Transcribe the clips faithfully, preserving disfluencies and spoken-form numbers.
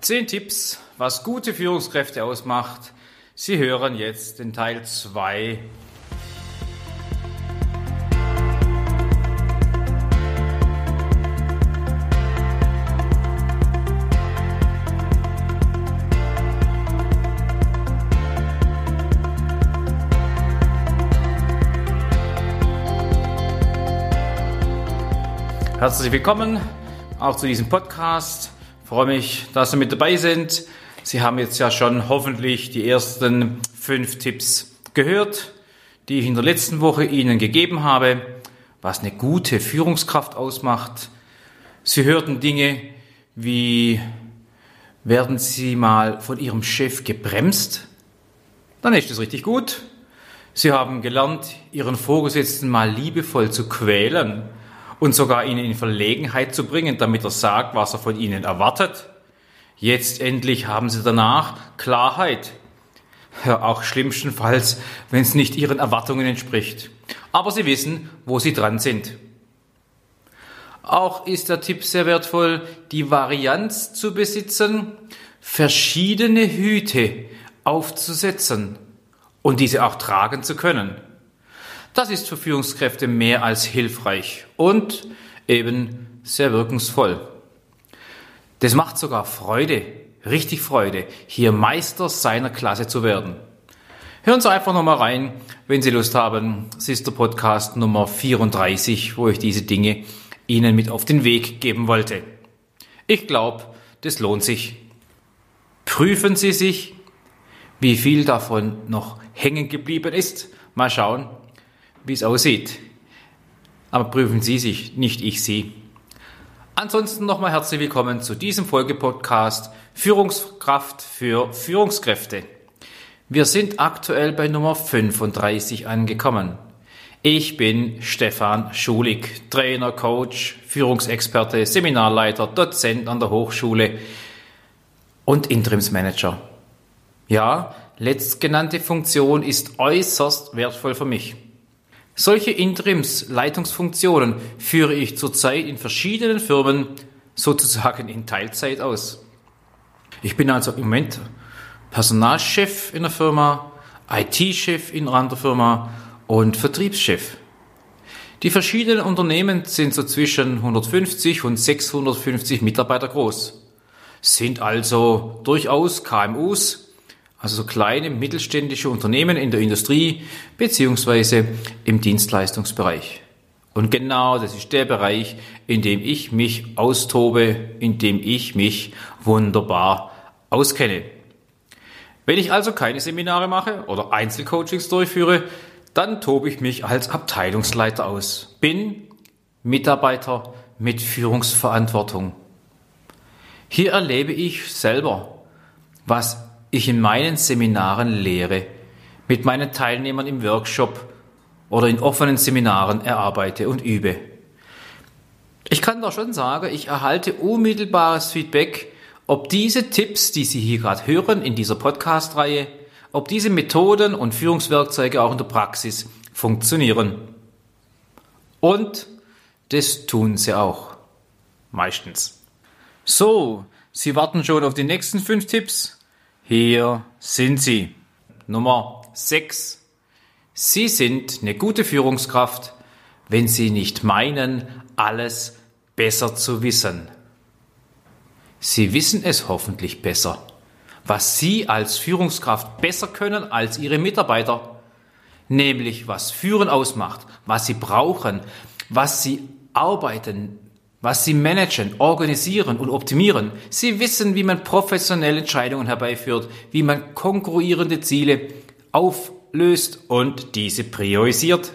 Zehn Tipps, was gute Führungskräfte ausmacht. Sie hören jetzt den Teil zwei. Herzlich willkommen auch zu diesem Podcast. Ich freue mich, dass Sie mit dabei sind. Sie haben jetzt ja schon hoffentlich die ersten fünf Tipps gehört, die ich in der letzten Woche Ihnen gegeben habe, was eine gute Führungskraft ausmacht. Sie hörten Dinge wie: Werden Sie mal von Ihrem Chef gebremst? Dann ist es richtig gut. Sie haben gelernt, Ihren Vorgesetzten mal liebevoll zu quälen und sogar ihn in Verlegenheit zu bringen, damit er sagt, was er von ihnen erwartet. Jetzt endlich haben sie danach Klarheit. Ja, auch schlimmstenfalls, wenn es nicht ihren Erwartungen entspricht. Aber sie wissen, wo sie dran sind. Auch ist der Tipp sehr wertvoll, die Varianz zu besitzen, verschiedene Hüte aufzusetzen und diese auch tragen zu können. Das ist für Führungskräfte mehr als hilfreich und eben sehr wirkungsvoll. Das macht sogar Freude, richtig Freude, hier Meister seiner Klasse zu werden. Hören Sie einfach nochmal rein, wenn Sie Lust haben. Es ist der Podcast Nummer vierunddreißig, wo ich diese Dinge Ihnen mit auf den Weg geben wollte. Ich glaube, das lohnt sich. Prüfen Sie sich, wie viel davon noch hängen geblieben ist. Mal schauen, wie es aussieht. Aber prüfen Sie sich, nicht ich Sie. Ansonsten nochmal herzlich willkommen zu diesem Folgepodcast Führungskraft für Führungskräfte. Wir sind aktuell bei Nummer fünfunddreißig angekommen. Ich bin Stefan Schulig, Trainer, Coach, Führungsexperte, Seminarleiter, Dozent an der Hochschule und Interimsmanager. Ja, letztgenannte Funktion ist äußerst wertvoll für mich. Solche Interimsleitungsfunktionen führe ich zurzeit in verschiedenen Firmen sozusagen in Teilzeit aus. Ich bin also im Moment Personalchef in der Firma, I T-Chef in einer anderen Firma und Vertriebschef. Die verschiedenen Unternehmen sind so zwischen hundertfünfzig und sechshundertfünfzig Mitarbeiter groß, sind also durchaus K M Us, also so kleine mittelständische Unternehmen in der Industrie beziehungsweise im Dienstleistungsbereich. Und genau das ist der Bereich, in dem ich mich austobe, in dem ich mich wunderbar auskenne. Wenn ich also keine Seminare mache oder Einzelcoachings durchführe, dann tobe ich mich als Abteilungsleiter aus. Bin Mitarbeiter mit Führungsverantwortung. Hier erlebe ich selber, was ich in meinen Seminaren lehre, mit meinen Teilnehmern im Workshop oder in offenen Seminaren erarbeite und übe. Ich kann doch schon sagen, ich erhalte unmittelbares Feedback, ob diese Tipps, die Sie hier gerade hören in dieser Podcast-Reihe, ob diese Methoden und Führungswerkzeuge auch in der Praxis funktionieren. Und das tun sie auch. Meistens. So, Sie warten schon auf die nächsten fünf Tipps? Hier sind sie. Nummer sechs. Sie sind eine gute Führungskraft, wenn Sie nicht meinen, alles besser zu wissen. Sie wissen es hoffentlich besser, was Sie als Führungskraft besser können als Ihre Mitarbeiter. Nämlich, was Führen ausmacht, was Sie brauchen, was Sie arbeiten, was Sie managen, organisieren und optimieren. Sie wissen, wie man professionelle Entscheidungen herbeiführt, wie man konkurrierende Ziele auflöst und diese priorisiert.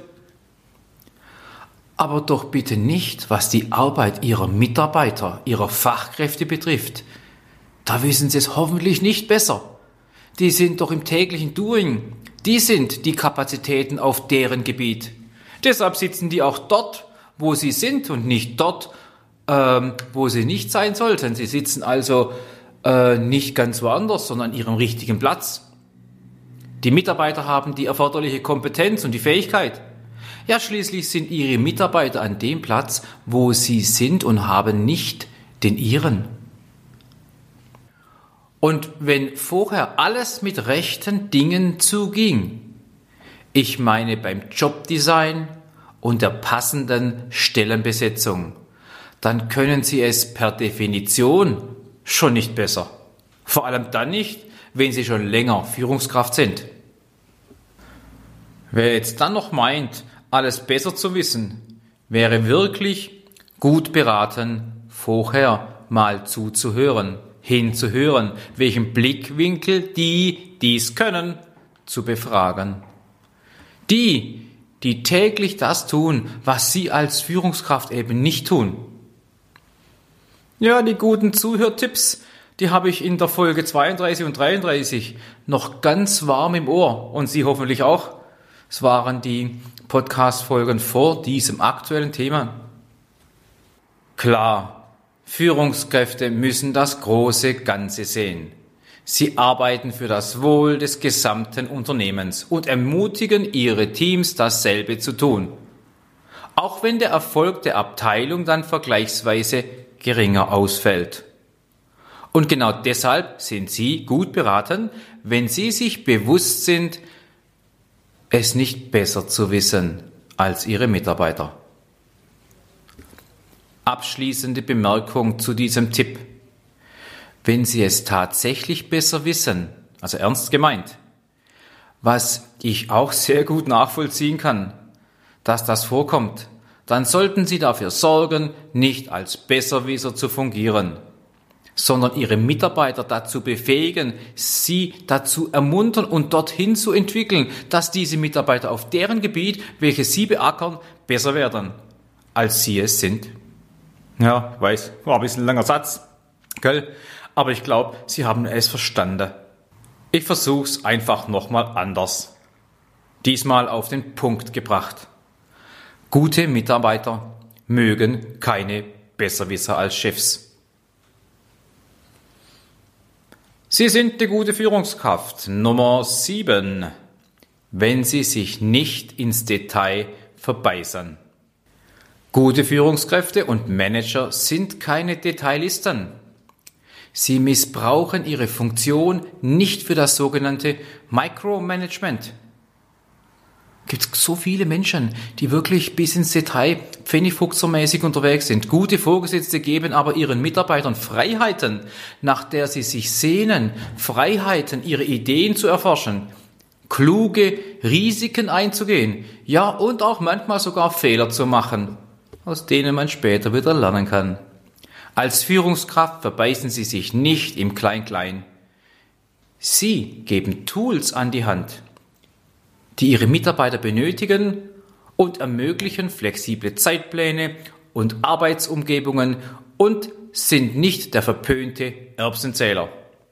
Aber doch bitte nicht, was die Arbeit Ihrer Mitarbeiter, Ihrer Fachkräfte betrifft. Da wissen Sie es hoffentlich nicht besser. Die sind doch im täglichen Doing. Die sind die Kapazitäten auf deren Gebiet. Deshalb sitzen die auch dort, wo sie sind und nicht dort, Ähm, wo sie nicht sein sollten. Sie sitzen also äh, nicht ganz woanders, sondern an ihrem richtigen Platz. Die Mitarbeiter haben die erforderliche Kompetenz und die Fähigkeit. Ja, schließlich sind ihre Mitarbeiter an dem Platz, wo sie sind und haben nicht den ihren. Und wenn vorher alles mit rechten Dingen zuging, ich meine beim Jobdesign und der passenden Stellenbesetzung, dann können Sie es per Definition schon nicht besser. Vor allem dann nicht, wenn Sie schon länger Führungskraft sind. Wer jetzt dann noch meint, alles besser zu wissen, wäre wirklich gut beraten, vorher mal zuzuhören, hinzuhören, welchen Blickwinkel die dies können, zu befragen. Die, die täglich das tun, was Sie als Führungskraft eben nicht tun. Ja, die guten Zuhörtipps, die habe ich in der Folge zweiunddreißig und dreiunddreißig noch ganz warm im Ohr und Sie hoffentlich auch. Es waren die Podcast-Folgen vor diesem aktuellen Thema. Klar, Führungskräfte müssen das große Ganze sehen. Sie arbeiten für das Wohl des gesamten Unternehmens und ermutigen ihre Teams, dasselbe zu tun. Auch wenn der Erfolg der Abteilung dann vergleichsweise geringer ausfällt. Und genau deshalb sind Sie gut beraten, wenn Sie sich bewusst sind, es nicht besser zu wissen als Ihre Mitarbeiter. Abschließende Bemerkung zu diesem Tipp. Wenn Sie es tatsächlich besser wissen, also ernst gemeint, was ich auch sehr gut nachvollziehen kann, dass das vorkommt, dann sollten Sie dafür sorgen, nicht als Besserwisser zu fungieren, sondern Ihre Mitarbeiter dazu befähigen, sie dazu ermuntern und dorthin zu entwickeln, dass diese Mitarbeiter auf deren Gebiet, welches Sie beackern, besser werden, als Sie es sind. Ja, ich weiß, war ein bisschen ein langer Satz, gell? Aber ich glaube, Sie haben es verstanden. Ich versuch's einfach nochmal anders. Diesmal auf den Punkt gebracht. Gute Mitarbeiter mögen keine Besserwisser als Chefs. Sie sind die gute Führungskraft. Nummer sieben. Wenn Sie sich nicht ins Detail verbeißern. Gute Führungskräfte und Manager sind keine Detailisten. Sie missbrauchen ihre Funktion nicht für das sogenannte Micromanagement. Es gibt so viele Menschen, die wirklich bis ins Detail pfennigfuchsermäßig unterwegs sind. Gute Vorgesetzte geben aber ihren Mitarbeitern Freiheiten, nach der sie sich sehnen, Freiheiten, ihre Ideen zu erforschen, kluge Risiken einzugehen, ja und auch manchmal sogar Fehler zu machen, aus denen man später wieder lernen kann. Als Führungskraft verbeißen Sie sich nicht im Klein-Klein. Sie geben Tools an die Hand, die Ihre Mitarbeiter benötigen und ermöglichen flexible Zeitpläne und Arbeitsumgebungen und sind nicht der verpönte Erbsenzähler.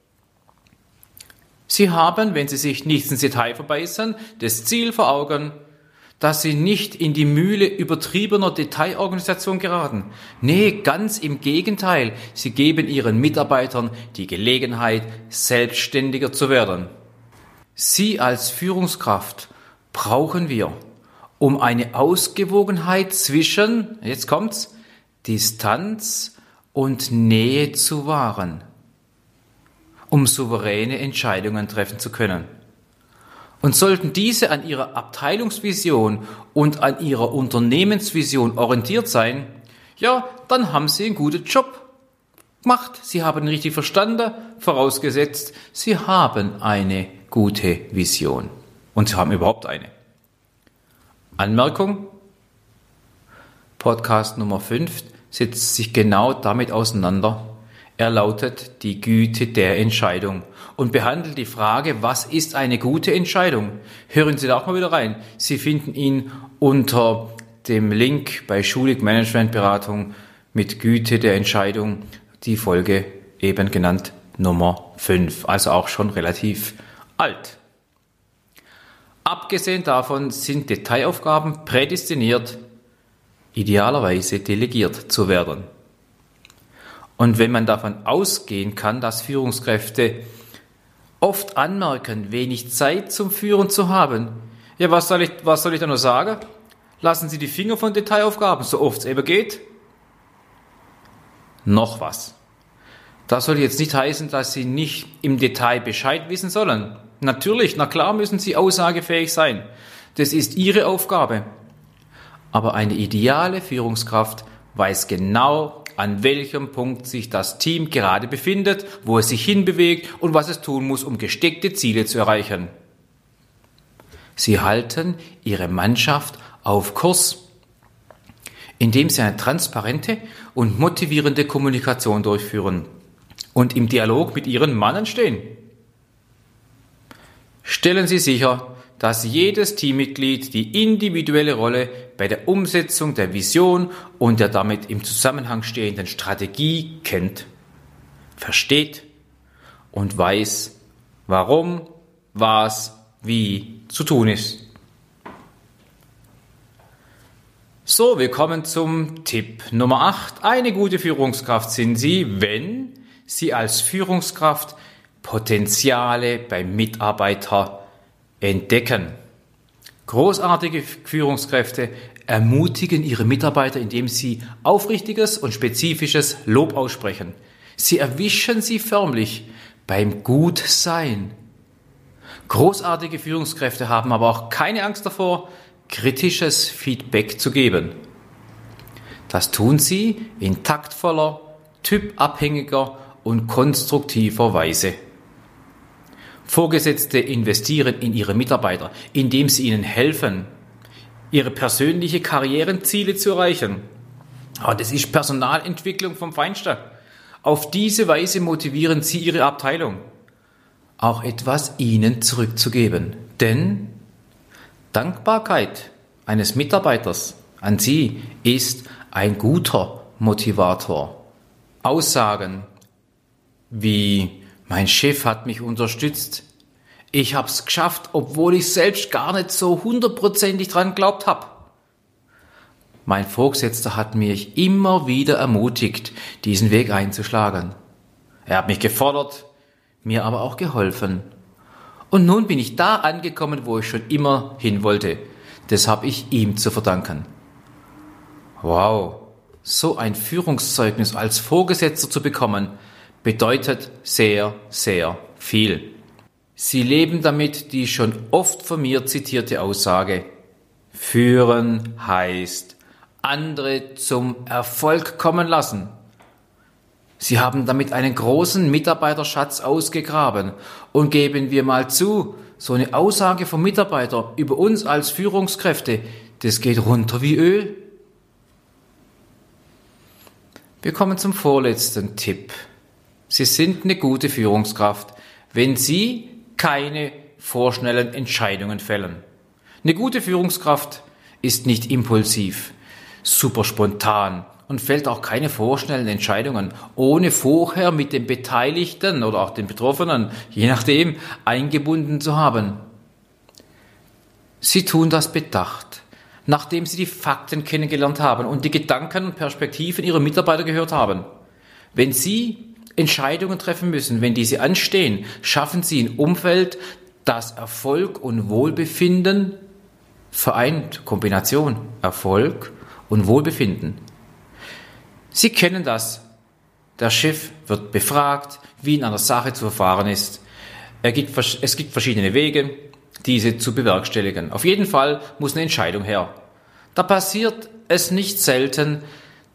Sie haben, wenn Sie sich nicht ins Detail verbeißen, das Ziel vor Augen, dass Sie nicht in die Mühle übertriebener Detailorganisation geraten. Nee, ganz im Gegenteil. Sie geben Ihren Mitarbeitern die Gelegenheit, selbstständiger zu werden. Sie als Führungskraft brauchen wir, um eine Ausgewogenheit zwischen, jetzt kommt's, Distanz und Nähe zu wahren, um souveräne Entscheidungen treffen zu können. Und sollten diese an ihrer Abteilungsvision und an ihrer Unternehmensvision orientiert sein, ja, dann haben Sie einen guten Job gemacht. Sie haben ihn richtig verstanden, vorausgesetzt, Sie haben eine gute Vision. Und Sie haben überhaupt eine. Anmerkung? Podcast Nummer fünf setzt sich genau damit auseinander. Er lautet die Güte der Entscheidung und behandelt die Frage, was ist eine gute Entscheidung? Hören Sie da auch mal wieder rein. Sie finden ihn unter dem Link bei Schulig Managementberatung mit Güte der Entscheidung, die Folge eben genannt Nummer fünf, also auch schon relativ alt. Abgesehen davon sind Detailaufgaben prädestiniert, idealerweise delegiert zu werden. Und wenn man davon ausgehen kann, dass Führungskräfte oft anmerken, wenig Zeit zum Führen zu haben, ja, was soll ich, was soll ich da nur sagen? Lassen Sie die Finger von Detailaufgaben, so oft es eben geht. Noch was. Das soll jetzt nicht heißen, dass Sie nicht im Detail Bescheid wissen sollen. Natürlich, na klar müssen Sie aussagefähig sein. Das ist Ihre Aufgabe. Aber eine ideale Führungskraft weiß genau, an welchem Punkt sich das Team gerade befindet, wo es sich hinbewegt und was es tun muss, um gesteckte Ziele zu erreichen. Sie halten Ihre Mannschaft auf Kurs, indem Sie eine transparente und motivierende Kommunikation durchführen und im Dialog mit Ihren Mannen stehen. Stellen Sie sicher, dass jedes Teammitglied die individuelle Rolle bei der Umsetzung der Vision und der damit im Zusammenhang stehenden Strategie kennt, versteht und weiß, warum, was, wie zu tun ist. So, wir kommen zum Tipp Nummer acht. Eine gute Führungskraft sind Sie, wenn Sie als Führungskraft Potenziale beim Mitarbeiter entdecken. Großartige Führungskräfte ermutigen ihre Mitarbeiter, indem sie aufrichtiges und spezifisches Lob aussprechen. Sie erwischen sie förmlich beim Gutsein. Großartige Führungskräfte haben aber auch keine Angst davor, kritisches Feedback zu geben. Das tun sie in taktvoller, typabhängiger und konstruktiver Weise. Vorgesetzte investieren in ihre Mitarbeiter, indem sie ihnen helfen, ihre persönliche Karriereziele zu erreichen. Oh, das ist Personalentwicklung vom Feinsten. Auf diese Weise motivieren sie ihre Abteilung, auch etwas ihnen zurückzugeben. Denn Dankbarkeit eines Mitarbeiters an sie ist ein guter Motivator. Aussagen wie: Mein Chef hat mich unterstützt. Ich habe es geschafft, obwohl ich selbst gar nicht so hundertprozentig dran geglaubt habe. Mein Vorgesetzter hat mich immer wieder ermutigt, diesen Weg einzuschlagen. Er hat mich gefordert, mir aber auch geholfen. Und nun bin ich da angekommen, wo ich schon immer hin wollte. Das habe ich ihm zu verdanken. Wow, so ein Führungszeugnis als Vorgesetzter zu bekommen, bedeutet sehr, sehr viel. Sie leben damit die schon oft von mir zitierte Aussage: Führen heißt andere zum Erfolg kommen lassen. Sie haben damit einen großen Mitarbeiterschatz ausgegraben. Und geben wir mal zu, so eine Aussage vom Mitarbeiter über uns als Führungskräfte, das geht runter wie Öl. Wir kommen zum vorletzten Tipp. Sie sind eine gute Führungskraft, wenn Sie keine vorschnellen Entscheidungen fällen. Eine gute Führungskraft ist nicht impulsiv, super spontan und fällt auch keine vorschnellen Entscheidungen, ohne vorher mit den Beteiligten oder auch den Betroffenen, je nachdem, eingebunden zu haben. Sie tun das bedacht, nachdem Sie die Fakten kennengelernt haben und die Gedanken und Perspektiven Ihrer Mitarbeiter gehört haben. Wenn Sie Entscheidungen treffen müssen, wenn diese anstehen, schaffen Sie ein Umfeld, das Erfolg und Wohlbefinden vereint. Kombination Erfolg und Wohlbefinden. Sie kennen das. Der Chef wird befragt, wie in einer Sache zu verfahren ist. Er gibt, es gibt verschiedene Wege, diese zu bewerkstelligen. Auf jeden Fall muss eine Entscheidung her. Da passiert es nicht selten,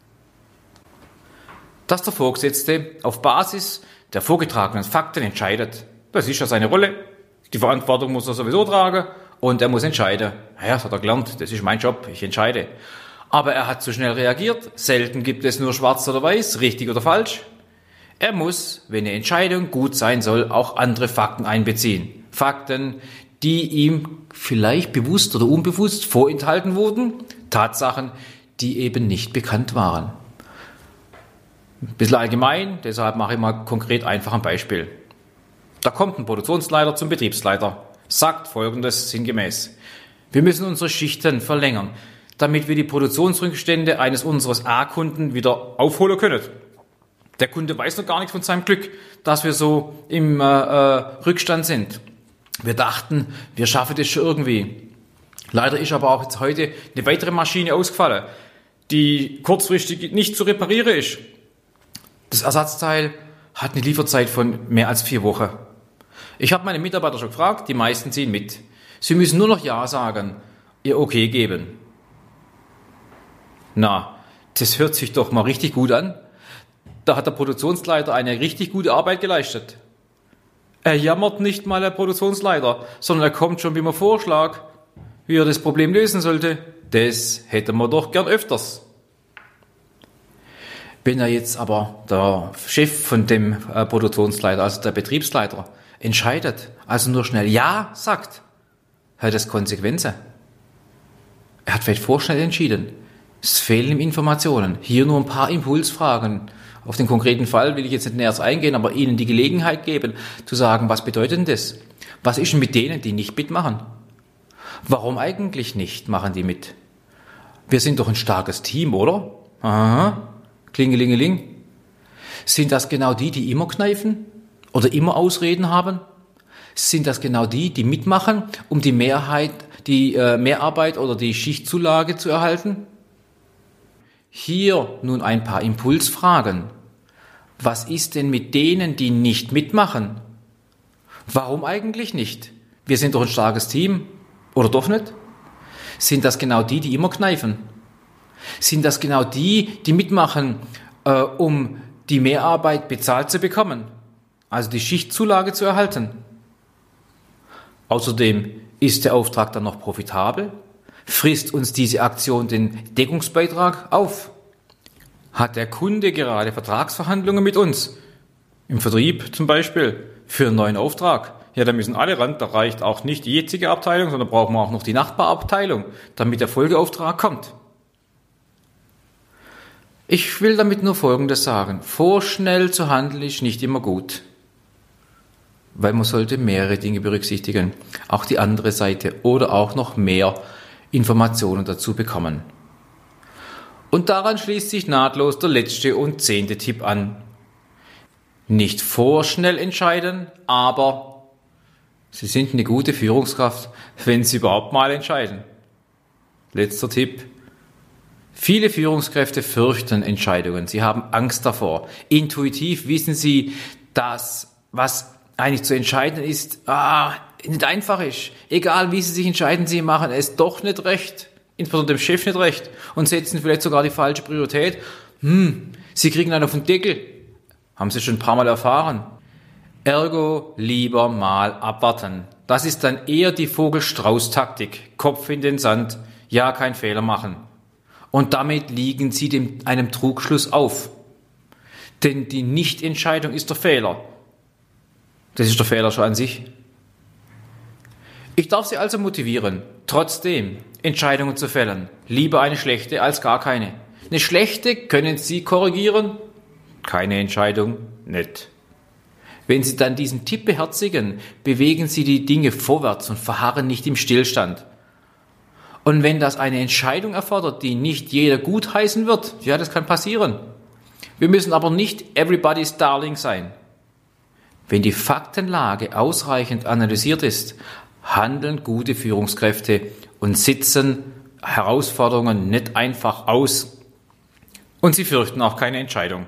dass der Vorgesetzte auf Basis der vorgetragenen Fakten entscheidet. Das ist ja seine Rolle. Die Verantwortung muss er sowieso tragen und er muss entscheiden. Ja, das hat er gelernt, das ist mein Job, ich entscheide. Aber er hat zu schnell reagiert. Selten gibt es nur schwarz oder weiß, richtig oder falsch. Er muss, wenn eine Entscheidung gut sein soll, auch andere Fakten einbeziehen. Fakten, die ihm vielleicht bewusst oder unbewusst vorenthalten wurden. Tatsachen, die eben nicht bekannt waren. Ein bisschen allgemein, deshalb mache ich mal konkret einfach ein Beispiel. Da kommt ein Produktionsleiter zum Betriebsleiter, sagt Folgendes sinngemäß: Wir müssen unsere Schichten verlängern, damit wir die Produktionsrückstände eines unseres A-Kunden wieder aufholen können. Der Kunde weiß noch gar nicht von seinem Glück, dass wir so im äh, äh, Rückstand sind. Wir dachten, wir schaffen das schon irgendwie. Leider ist aber auch jetzt heute eine weitere Maschine ausgefallen, die kurzfristig nicht zu reparieren ist. Das Ersatzteil hat eine Lieferzeit von mehr als vier Wochen. Ich habe meine Mitarbeiter schon gefragt, die meisten ziehen mit. Sie müssen nur noch Ja sagen, ihr Okay geben. Na, das hört sich doch mal richtig gut an. Da hat der Produktionsleiter eine richtig gute Arbeit geleistet. Er jammert nicht mal, der Produktionsleiter, sondern er kommt schon mit einem Vorschlag, wie er das Problem lösen sollte. Das hätte man doch gern öfters. Wenn er jetzt aber der Chef von dem äh, Produktionsleiter, also der Betriebsleiter, entscheidet, also nur schnell Ja sagt, hat das Konsequenzen. Er hat vielleicht vorschnell entschieden. Es fehlen ihm Informationen. Hier nur ein paar Impulsfragen. Auf den konkreten Fall will ich jetzt nicht näher eingehen, aber Ihnen die Gelegenheit geben, zu sagen, was bedeutet denn das? Was ist denn mit denen, die nicht mitmachen? Warum eigentlich nicht machen die mit? Wir sind doch ein starkes Team, oder? Aha. Klingelingeling. Sind das genau die, die immer kneifen? Oder immer Ausreden haben? Sind das genau die, die mitmachen, um die Mehrheit, die äh, Mehrarbeit oder die Schichtzulage zu erhalten? Hier nun ein paar Impulsfragen. Was ist denn mit denen, die nicht mitmachen? Warum eigentlich nicht? Wir sind doch ein starkes Team. Oder doch nicht? Sind das genau die, die immer kneifen? Sind das genau die, die mitmachen, äh, um die Mehrarbeit bezahlt zu bekommen? Also die Schichtzulage zu erhalten? Außerdem, ist der Auftrag dann noch profitabel? Frisst uns diese Aktion den Deckungsbeitrag auf? Hat der Kunde gerade Vertragsverhandlungen mit uns? Im Vertrieb zum Beispiel, für einen neuen Auftrag? Ja, da müssen alle ran, da reicht auch nicht die jetzige Abteilung, sondern brauchen wir auch noch die Nachbarabteilung, damit der Folgeauftrag kommt. Ich will damit nur Folgendes sagen. Vorschnell zu handeln ist nicht immer gut. Weil man sollte mehrere Dinge berücksichtigen. Auch die andere Seite oder auch noch mehr Informationen dazu bekommen. Und daran schließt sich nahtlos der letzte und zehnte Tipp an. Nicht vorschnell entscheiden, aber Sie sind eine gute Führungskraft, wenn Sie überhaupt mal entscheiden. Letzter Tipp. Viele Führungskräfte fürchten Entscheidungen. Sie haben Angst davor. Intuitiv wissen Sie, dass was eigentlich zu entscheiden ist, ah, nicht einfach ist. Egal wie Sie sich entscheiden, Sie machen es doch nicht recht. Insbesondere dem Chef nicht recht. Und setzen vielleicht sogar die falsche Priorität. Hm, Sie kriegen einen auf den Deckel. Haben Sie schon ein paar Mal erfahren. Ergo lieber mal abwarten. Das ist dann eher die Vogel-Strauß-Taktik. Kopf in den Sand, ja, kein Fehler machen. Und damit liegen Sie dem, einem Trugschluss auf. Denn die Nichtentscheidung ist der Fehler. Das ist der Fehler schon an sich. Ich darf Sie also motivieren, trotzdem Entscheidungen zu fällen. Lieber eine schlechte als gar keine. Eine schlechte können Sie korrigieren, keine Entscheidung nicht. Wenn Sie dann diesen Tipp beherzigen, bewegen Sie die Dinge vorwärts und verharren nicht im Stillstand. Und wenn das eine Entscheidung erfordert, die nicht jeder gutheißen wird, ja, das kann passieren. Wir müssen aber nicht everybody's darling sein. Wenn die Faktenlage ausreichend analysiert ist, handeln gute Führungskräfte und sitzen Herausforderungen nicht einfach aus. Und sie fürchten auch keine Entscheidung.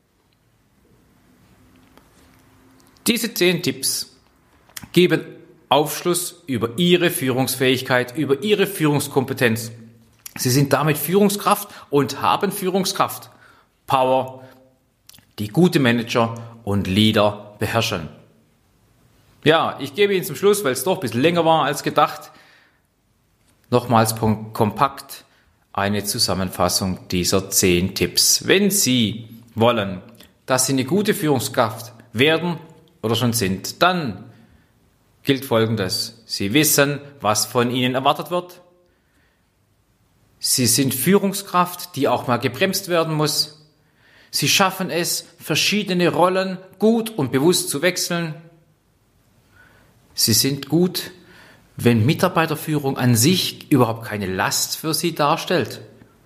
Diese zehn Tipps geben Aufschluss über Ihre Führungsfähigkeit, über Ihre Führungskompetenz. Sie sind damit Führungskraft und haben Führungskraft. Power, die gute Manager und Leader beherrschen. Ja, ich gebe Ihnen zum Schluss, weil es doch ein bisschen länger war als gedacht, nochmals kompakt eine Zusammenfassung dieser zehn Tipps. Wenn Sie wollen, dass Sie eine gute Führungskraft werden oder schon sind, dann gilt Folgendes. Sie wissen, was von Ihnen erwartet wird. Sie sind Führungskraft, die auch mal gebremst werden muss. Sie schaffen es, verschiedene Rollen gut und bewusst zu wechseln. Sie sind gut, wenn Mitarbeiterführung an sich überhaupt keine Last für Sie darstellt.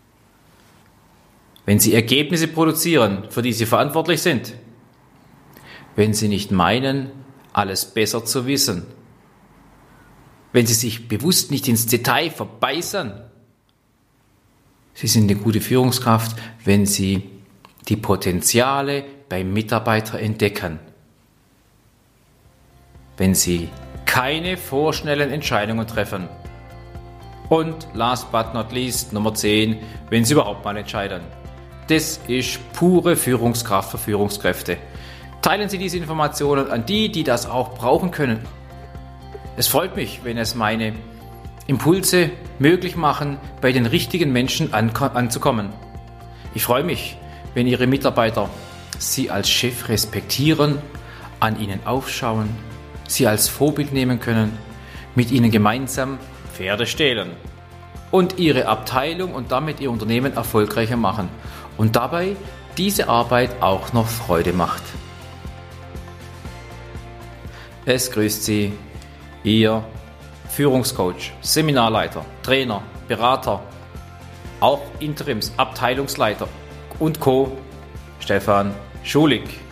Wenn Sie Ergebnisse produzieren, für die Sie verantwortlich sind. Wenn Sie nicht meinen, alles besser zu wissen. Wenn Sie sich bewusst nicht ins Detail verbeißen. Sie sind eine gute Führungskraft, wenn Sie die Potenziale beim Mitarbeiter entdecken, wenn Sie keine vorschnellen Entscheidungen treffen. Und last but not least, Nummer zehn, wenn Sie überhaupt mal entscheiden. Das ist pure Führungskraft für Führungskräfte. Teilen Sie diese Informationen an die, die das auch brauchen können. Es freut mich, wenn es meine Impulse möglich machen, bei den richtigen Menschen anzukommen. Ich freue mich, wenn Ihre Mitarbeiter Sie als Chef respektieren, an Ihnen aufschauen, Sie als Vorbild nehmen können, mit Ihnen gemeinsam Pferde stehlen und Ihre Abteilung und damit Ihr Unternehmen erfolgreicher machen und dabei diese Arbeit auch noch Freude macht. Es grüßt Sie, Ihr Führungscoach, Seminarleiter, Trainer, Berater, auch Interims, Abteilungsleiter und Co. Stefan Schulig.